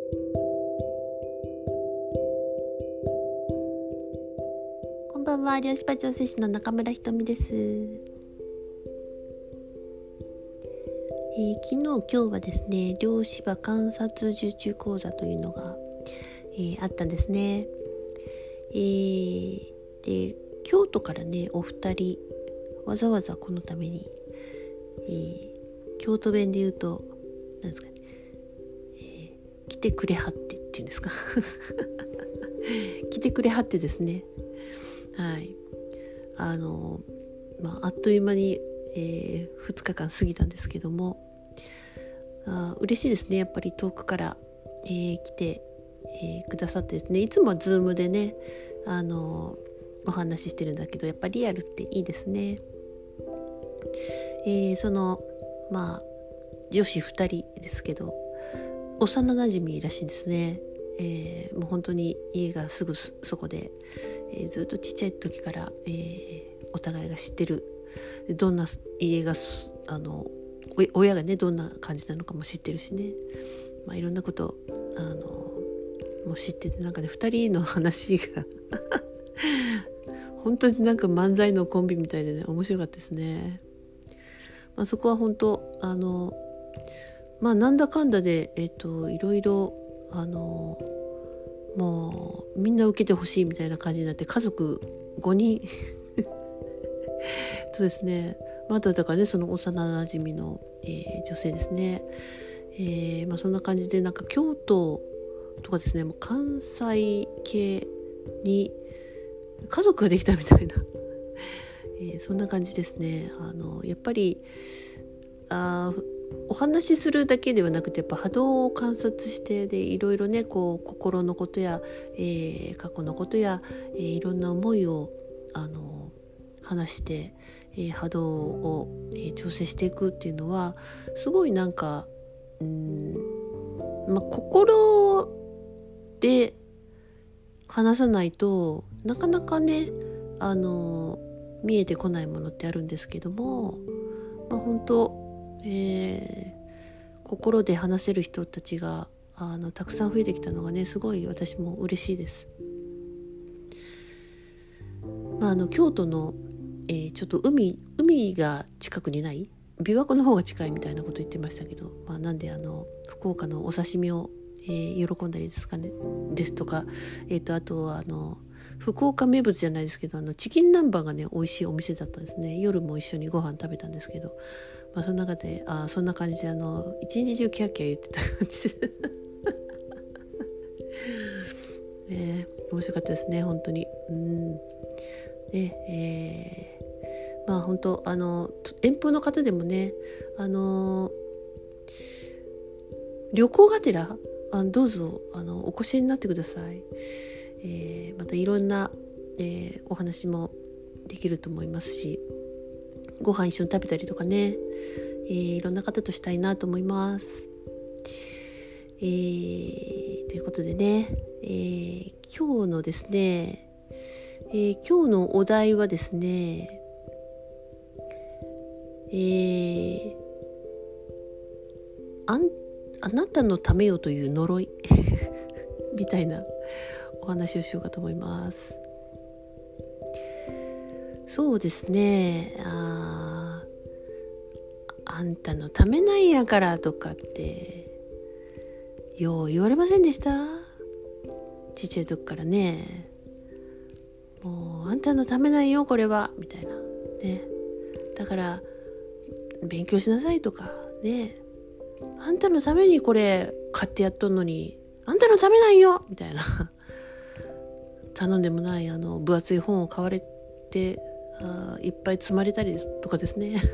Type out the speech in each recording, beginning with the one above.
こんばんは、量子波調整師の中村ひとみです。昨日今日はですね、量子波観察受注講座というのが、あったんですね。で京都からね、お二人わざわざこのために、京都弁で言うと何ですかね、来てくれはってっていうんですか来てくれはってですね、はい、あっという間に、2日間過ぎたんですけども、嬉しいですね。やっぱり遠くから、来て、くださってですね、いつもはズームでね、お話ししてるんだけど、やっぱりリアルっていいですね。その女子2人ですけど、幼なじみらしいんですね。もう本当に家がすぐそこで、ずっとちっちゃい時から、お互いが知ってる、どんな家が親がねどんな感じなのかも知ってるしね、いろんなこともう知ってて、なんかね2人の話が本当になんか漫才のコンビみたいでね、面白かったですね。そこは本当なんだかんだでいろいろもうみんな受けてほしいみたいな感じになって、家族5人そうですね。あとだからね、その幼なじみの、女性ですね。そんな感じで、なんか京都とかですね、もう関西系に家族ができたみたいな、そんな感じですね。やっぱりお話しするだけではなくて、やっぱ波動を観察して、でいろいろね、こう心のことや、過去のことや、いろんな思いを話して、波動を、調整していくっていうのは、すごいなんか心で話さないとなかなかね見えてこないものってあるんですけども、本当心で話せる人たちがたくさん増えてきたのがね、すごい私も嬉しいです。京都の、ちょっと海が近くにない、琵琶湖の方が近いみたいなこと言ってましたけど、なんで福岡のお刺身を、喜んだりですとか、あとは福岡名物じゃないですけど、チキン南蛮がね美味しいお店だったんですね。夜も一緒にご飯食べたんですけど、その中でそんな感じで一日中キャーキャー言ってた感じで、面白かったですね、本当に。本当遠方の方でもね、旅行がてらどうぞお越しになってください。またいろんな、お話もできると思いますし、ご飯一緒に食べたりとかね、いろんな方としたいなと思います。ということでね、今日のですね、今日のお題はですね、あなたのためよという呪いみたいなお話をしようかと思います。そうですね、あんたのためなんやからとかってよう言われませんでした？ちっちゃい時からね、もうあんたのためなんよこれはみたいなね、だから勉強しなさいとかね、あんたのためにこれ買ってやっとんのにあんたのためなんよみたいな頼んでもない分厚い本を買われていっぱい積まれたりとかですね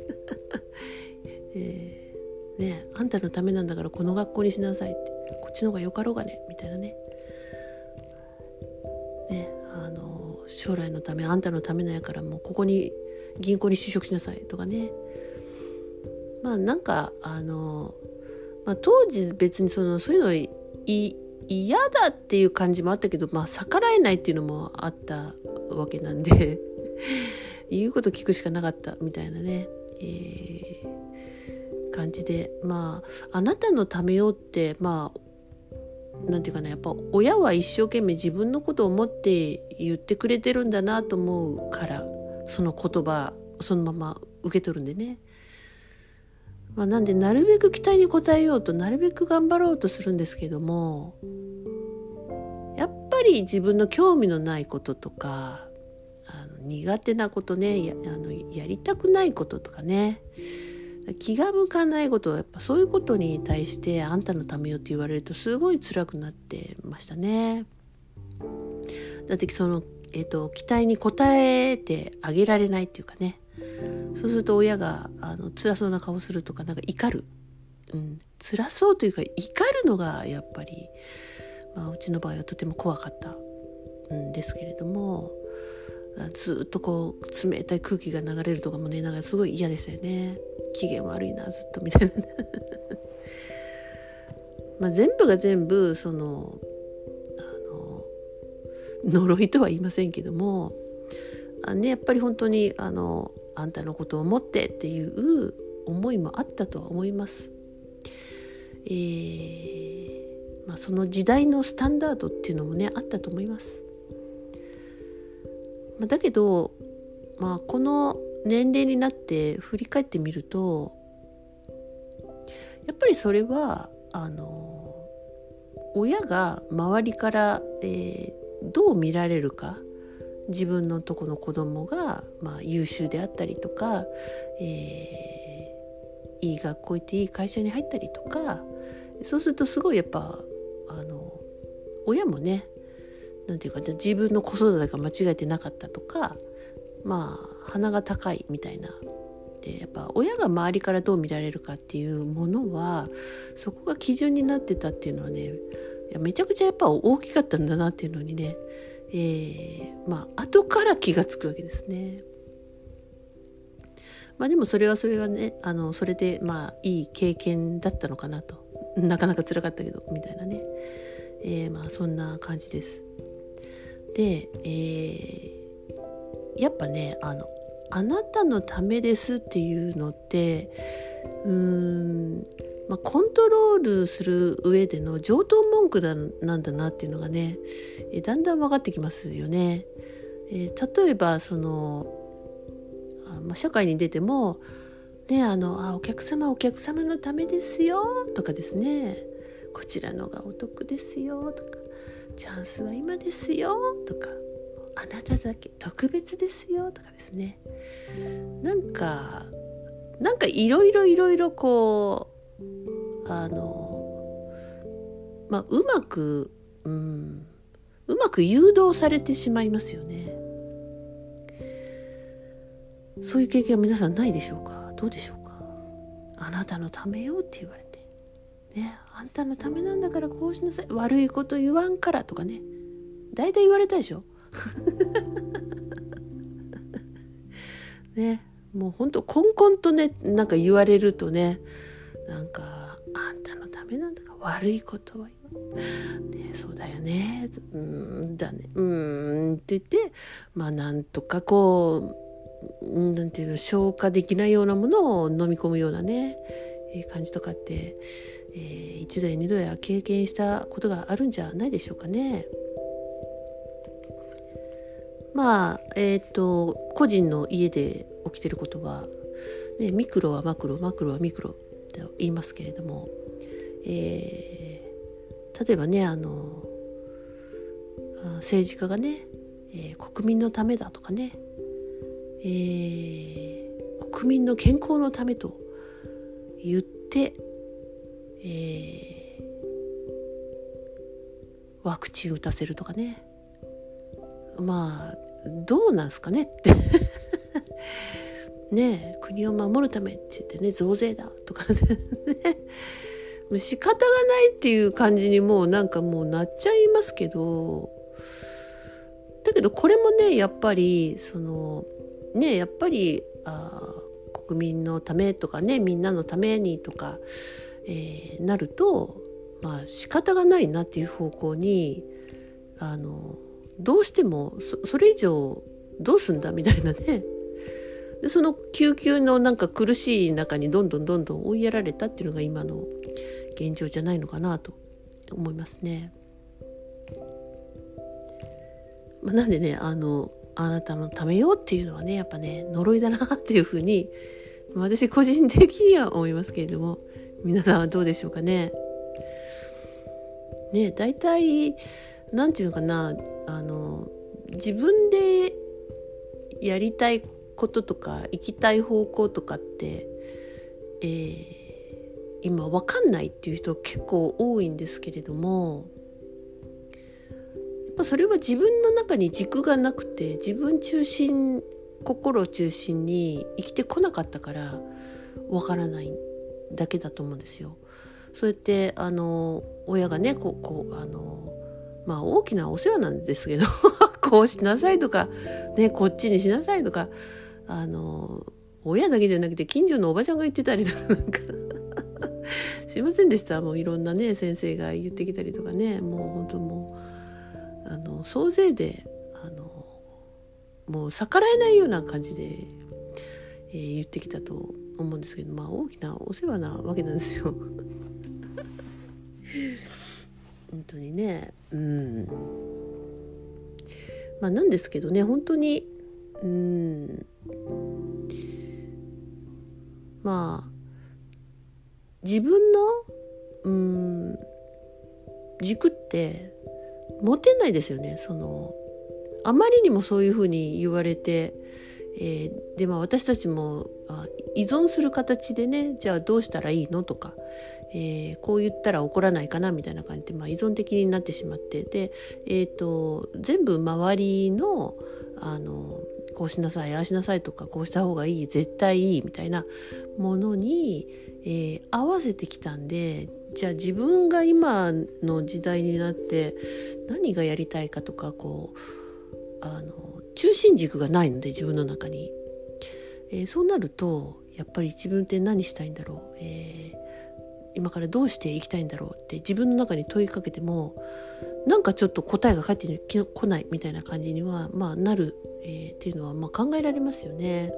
ね、あんたのためなんだからこの学校にしなさいって、こっちの方がよかろうがねみたいなね、将来のため、あんたのためなんやからもうここに銀行に就職しなさいとかね、なんか当時別にそういうの嫌だっていう感じもあったけど、逆らえないっていうのもあったわけなんで言うこと聞くしかなかったみたいなね、感じで、あなたのためよってなんていうかな、やっぱ親は一生懸命自分のことを思って言ってくれてるんだなと思うから、その言葉そのまま受け取るんでね。なんでなるべく期待に応えようと、なるべく頑張ろうとするんですけども、やっぱり自分の興味のないこととか、苦手なことね、やりたくないこととかね、気が向かないこと、やっぱそういうことに対してあんたのためよって言われるとすごい辛くなってましたね。だってその、期待に応えてあげられないっていうかね、そうすると親が辛そうな顔するとか、なんか怒る、辛そうというか怒るのがやっぱり、うちの場合はとても怖かったんですけれども、ずっとこう冷たい空気が流れるとかもね、なんかすごい嫌でしたよね。機嫌悪いなずっとみたいな全部が全部その呪いとは言いませんけども、やっぱり本当にあんたのことを思ってっていう思いもあったとは思います。その時代のスタンダードっていうのもねあったと思います。だけど、この年齢になって振り返ってみると、やっぱりそれは親が周りから、どう見られるか、自分のとこの子供が、優秀であったりとか、いい学校行っていい会社に入ったりとか、そうするとすごいやっぱ親もね、なんていうか、自分の子育てが間違えてなかったとか、鼻が高いみたいなで、やっぱ親が周りからどう見られるかっていうものは、そこが基準になってたっていうのはね、めちゃくちゃやっぱ大きかったんだなっていうのにね、後から気がつくわけですね。でもそれはね、それでいい経験だったのかなと、なかなか辛かったけどみたいなね、そんな感じです。で、やっぱね、あなたのためですっていうのってコントロールする上での常套文句なんだなっていうのがね、だんだん分かってきますよね。例えばその社会に出ても、ね、お客様のためですよとかですね、こちらのがお得ですよとか、チャンスは今ですよとか、あなただけ特別ですよとかですね、なんかいろいろこううまく誘導されてしまいますよね。そういう経験は皆さんないでしょうか？どうでしょうか？あなたのためよって言われてね、あんたのためなんだからこうしなさい、悪いこと言わんからとかね、大体言われたでしょね、もうほんとこんこんとね、なんか言われるとね、なんかあんたのためなんだから悪いことは言わん、ね、そうだよね、だね、って言って、なんとかこうなんていうの、消化できないようなものを飲み込むようなね、感じとかって、一度や二度や経験したことがあるんじゃないでしょうかね。個人の家で起きてることは、ね、ミクロはマクロ、マクロはミクロって言いますけれども、例えばね、政治家がね、国民のためだとかね、国民の健康のためと言って、ワクチン打たせるとかね、どうなんすかねってね、国を守るためって言ってね、増税だとかね仕方がないっていう感じにもうなっちゃいますけど、だけどこれもね、やっぱり国民のためとかね、みんなのためにとか、なると仕方がないなっていう方向にどうしても それ以上どうすんだみたいなね、でその救急の苦しい中にどんどん追いやられたっていうのが今の現状じゃないのかなと、 思いますね。なんでねあなたのためよっていうのはねやっぱね呪いだなっていうふうに私個人的には思いますけれども、皆さんはどうでしょうかね。ね、大体なんていうのかな、自分でやりたいこととか行きたい方向とかって、今分かんないっていう人結構多いんですけれども、やっぱそれは自分の中に軸がなくて自分中心、心を中心に生きてこなかったから分からないだけだと思うんですよ。そうやって親がね大きなお世話なんですけどこうしなさいとか、ね、こっちにしなさいとか親だけじゃなくて近所のおばちゃんが言ってたりとかなんかすいませんでした。もういろんなね先生が言ってきたりとかね、もう本当もう総勢でもう逆らえないような感じで、言ってきたと思うんですけど、大きなお世話なわけなんですよ本当にね、なんですけどね、本当に自分の軸って持てないですよね。あまりにもそういうふうに言われて、で私たちも依存する形でね、じゃあどうしたらいいのとか、こう言ったら怒らないかなみたいな感じで、依存的になってしまって、で、全部周りのこうしなさいああしなさいとか、こうした方がいい絶対いいみたいなものに、合わせてきたんで、じゃあ自分が今の時代になって何がやりたいかとか、中心軸がないので自分の中に、そうなるとやっぱり自分って何したいんだろう、今からどうしていきたいんだろうって自分の中に問いかけてもなんかちょっと答えが返ってこないみたいな感じにはなる、っていうのは考えられますよね。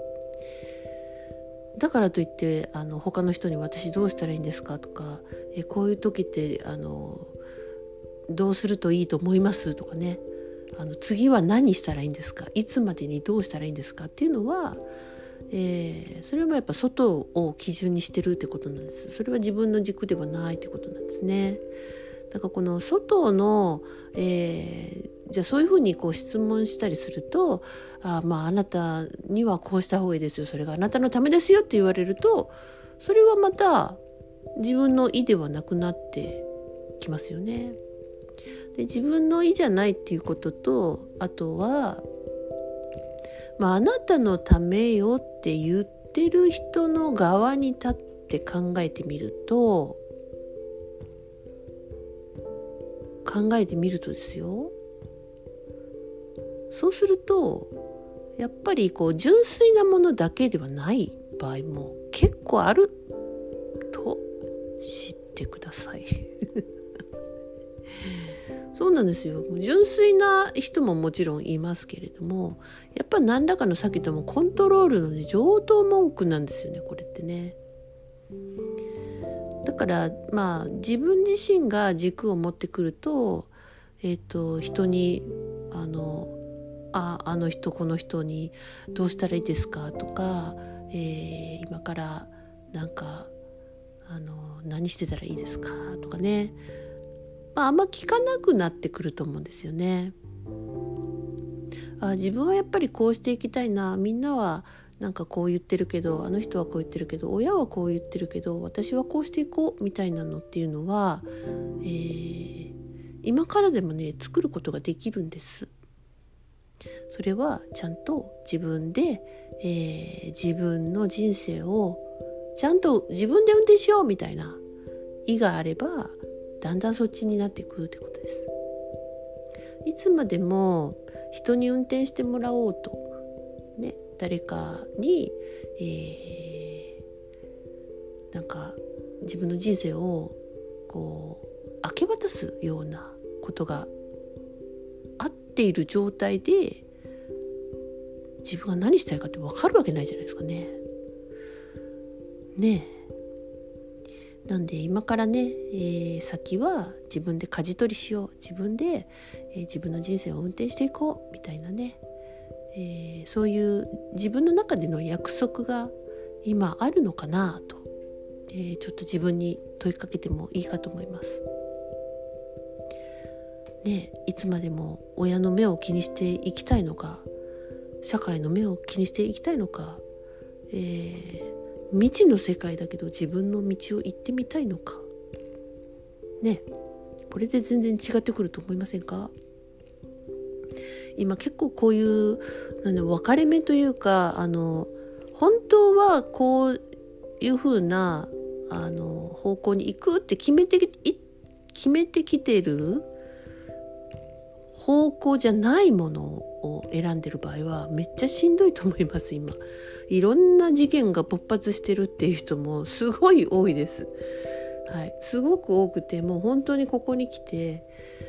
だからといって他の人に私どうしたらいいんですかとか、こういう時ってどうするといいと思いますとかね、次は何したらいいんですか、いつまでにどうしたらいいんですかっていうのは、それはやっぱ外を基準にしてるってことなんです。それは自分の軸ではないってことなんですね。だからこの外の、じゃあそういうふうに質問したりすると、あなたにはこうした方がいいですよ、それがあなたのためですよって言われると、それはまた自分の意ではなくなってきますよね。で、自分の意じゃないっていうことと、あとはあなたのためよって言ってる人の側に立って考えてみるとですよ、そうするとやっぱり純粋なものだけではない場合も結構あると知ってくださいそうなんですよ。純粋な人ももちろんいますけれども、やっぱ何らかのさっき言ったもコントロールの、常套文句なんですよね、これってね。だから自分自身が軸を持ってくると、人にあの人この人にどうしたらいいですかとか、今から何してたらいいですかとかね、あんま聞かなくなってくると思うんですよね。自分はやっぱりこうしていきたいな、みんなはこう言ってるけど、あの人はこう言ってるけど、親はこう言ってるけど、私はこうしていこうみたいなのっていうのは、今からでもね作ることができるんです。それはちゃんと自分で、自分の人生をちゃんと自分で運転しようみたいな意があれば、だんだんそっちになっていくってことです。いつまでも人に運転してもらおうとね、誰かに、自分の人生を明け渡すようなことがあっている状態で自分が何したいかって分かるわけないじゃないですかね。ねえ。 なんで今からね、先は自分で舵取りしよう、自分で、自分の人生を運転していこうみたいなね、そういう自分の中での約束が今あるのかなと、ちょっと自分に問いかけてもいいかと思います。ね、いつまでも親の目を気にしていきたいのか、社会の目を気にしていきたいのか、未知の世界だけど自分の道を行ってみたいのかね、これで全然違ってくると思いませんか？今結構こういう分かれ目というか、本当はこういう風な方向に行くって決めてきてる方向じゃないものを選んでる場合はめっちゃしんどいと思います。今いろんな事件が勃発してるっていう人もすごい多いです。はい、すごく多くて、もう本当にここに来て、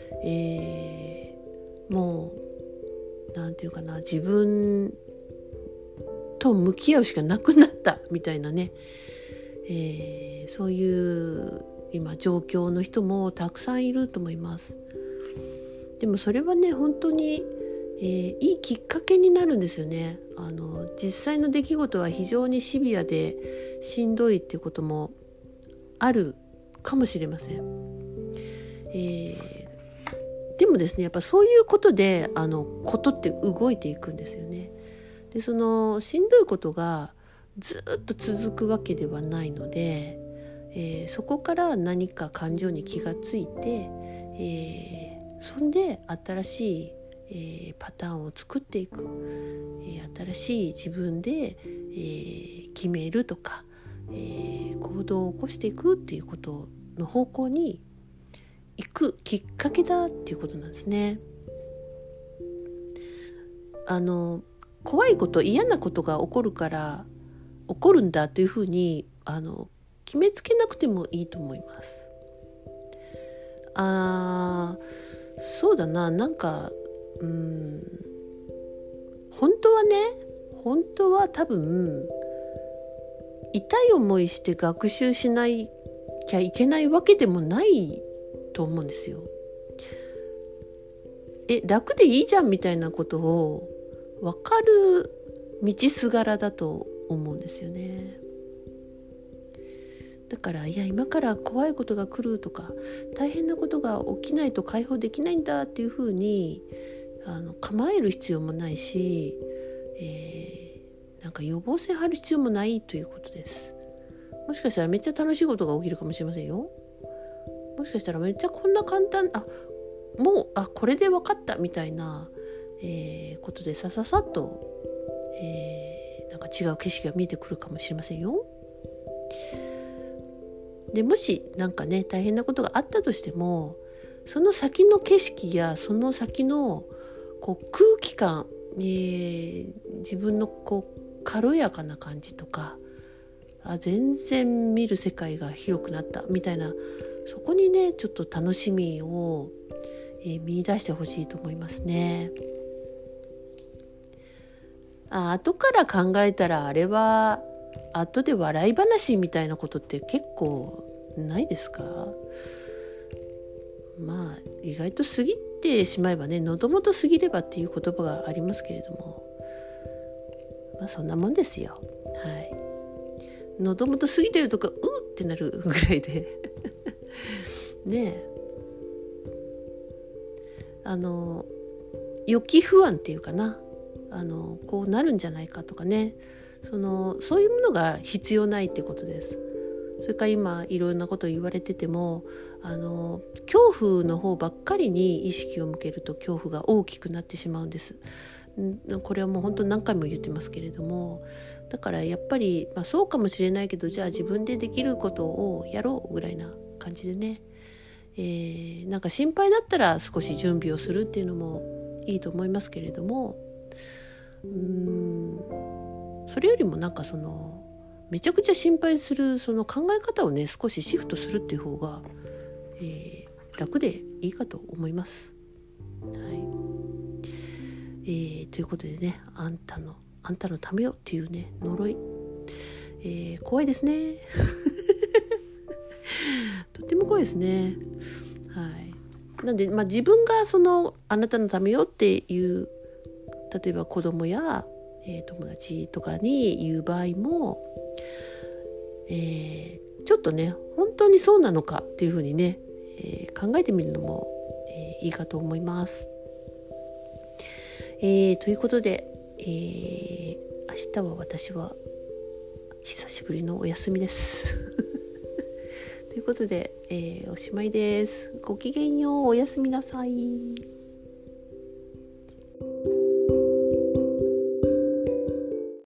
もうなんていうかな、自分と向き合うしかなくなったみたいなね、そういう今状況の人もたくさんいると思います。でもそれはね、本当に、いいきっかけになるんですよね。実際の出来事は非常にシビアでしんどいっていうこともあるかもしれません。でもですね、やっぱそういうことでことって動いていくんですよね。でそのしんどいことがずっと続くわけではないので、そこから何か感情に気がついて、そんで新しい、パターンを作っていく、新しい自分で、決めるとか、行動を起こしていくっていうことの方向に行くきっかけだっていうことなんですね。怖いこと、嫌なことが起こるから起こるんだというふうに決めつけなくてもいいと思います。そうだな、なんか本当は多分痛い思いして学習しなきゃいけないわけでもないと思うんですよ。楽でいいじゃんみたいなことを分かる道すがらだと思うんですよね。だから今から怖いことが来るとか大変なことが起きないと解放できないんだっていうふうに構える必要もないし、なんか予防線張る必要もないということです。もしかしたらめっちゃ楽しいことが起きるかもしれませんよ。もしかしたらめっちゃこんな簡単、これで分かったみたいな、ことでさっと、なんか違う景色が見えてくるかもしれませんよ。でもしなんかね、大変なことがあったとしても、その先の景色やその先の空気感、自分の軽やかな感じとか、全然見る世界が広くなったみたいな、そこにねちょっと楽しみを、見出してほしいと思いますね。後から考えたらあれは後で笑い話みたいなことって結構ないですか？意外と過ぎてしまえばね、喉元過ぎればっていう言葉がありますけれども、そんなもんですよ。はい。喉元過ぎてるとかってなるぐらいでねえ、予期不安っていうかな、こうなるんじゃないかとかね、そういうものが必要ないってことです。それから今いろんなこと言われてても、恐怖の方ばっかりに意識を向けると恐怖が大きくなってしまうんです。これはもう本当何回も言ってますけれども、だからやっぱり、そうかもしれないけど、じゃあ自分でできることをやろうぐらいな感じでね、なんか心配だったら少し準備をするっていうのもいいと思いますけれども、それよりもなんかめちゃくちゃ心配するその考え方をね、少しシフトするっていう方が、楽でいいかと思います。はい。ということでね、あんたのためよっていうね、呪い、怖いですねとっても怖いですね。はい。なんで、自分があなたのためよっていう例えば子供や、友達とかに言う場合も、ちょっとね本当にそうなのかっていうふうにね、考えてみるのも、いいかと思います。ということで、明日は私は久しぶりのお休みですということで、おしまいです。ごきげんよう。おやすみなさい。